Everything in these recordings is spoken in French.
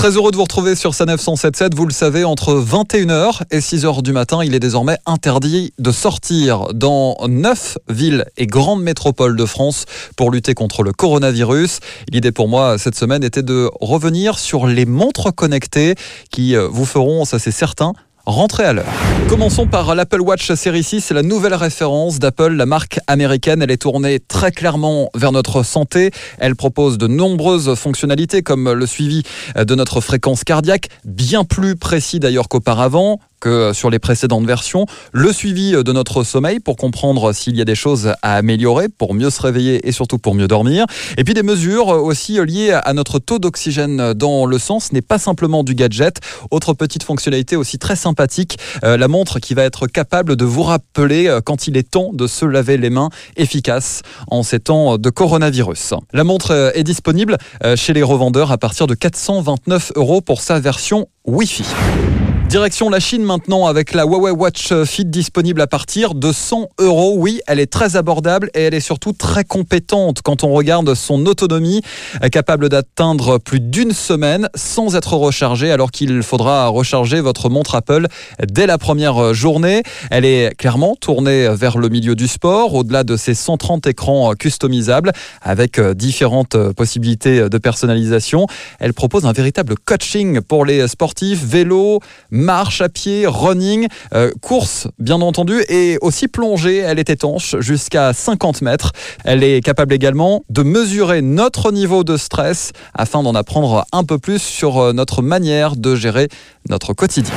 Très heureux de vous retrouver sur Sanef 107.7. Vous le savez, entre 21h et 6h du matin, il est désormais interdit de sortir dans 9 villes et grandes métropoles de France pour lutter contre le coronavirus. L'idée pour moi cette semaine était de revenir sur les montres connectées qui vous feront, ça c'est certain, rentrer à l'heure. Commençons par l'Apple Watch Série 6, c'est la nouvelle référence d'Apple, la marque américaine. Elle est tournée très clairement vers notre santé. Elle propose de nombreuses fonctionnalités comme le suivi de notre fréquence cardiaque, bien plus précis d'ailleurs qu'auparavant, que sur les précédentes versions, le suivi de notre sommeil pour comprendre s'il y a des choses à améliorer, pour mieux se réveiller et surtout pour mieux dormir. Et puis des mesures aussi liées à notre taux d'oxygène dans le sang. Ce n'est pas simplement du gadget. Autre petite fonctionnalité aussi très sympathique, la montre qui va être capable de vous rappeler quand il est temps de se laver les mains, efficace en ces temps de coronavirus. La montre est disponible chez les revendeurs à partir de 429 € pour sa version Wi-Fi. Direction la Chine maintenant avec la Huawei Watch Fit disponible à partir de 100 €. Oui, elle est très abordable et elle est surtout très compétente quand on regarde son autonomie, capable d'atteindre plus d'une semaine sans être rechargée alors qu'il faudra recharger votre montre Apple dès la première journée. Elle est clairement tournée vers le milieu du sport, au-delà de ses 130 écrans customisables avec différentes possibilités de personnalisation. Elle propose un véritable coaching pour les sportifs, vélo, marche à pied, running, course bien entendu et aussi plongée. Elle est étanche jusqu'à 50 mètres. Elle est capable également de mesurer notre niveau de stress afin d'en apprendre un peu plus sur notre manière de gérer notre quotidien.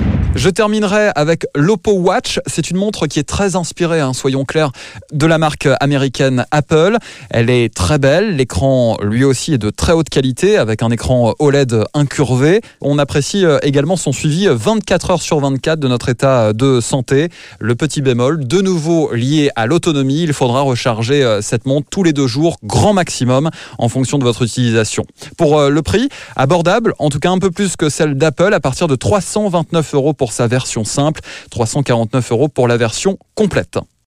Je terminerai avec l'Oppo Watch. C'est une montre qui est très inspirée, soyons clairs, de la marque américaine Apple. Elle est très belle. L'écran, lui aussi, est de très haute qualité avec un écran OLED incurvé. On apprécie également son suivi 24 heures sur 24 de notre état de santé. Le petit bémol, de nouveau lié à l'autonomie, il faudra recharger cette montre tous les 2 jours, grand maximum, en fonction de votre utilisation. Pour le prix, abordable, en tout cas un peu plus que celle d'Apple, à partir de 329 € pour sa version simple, 349 € pour la version complète.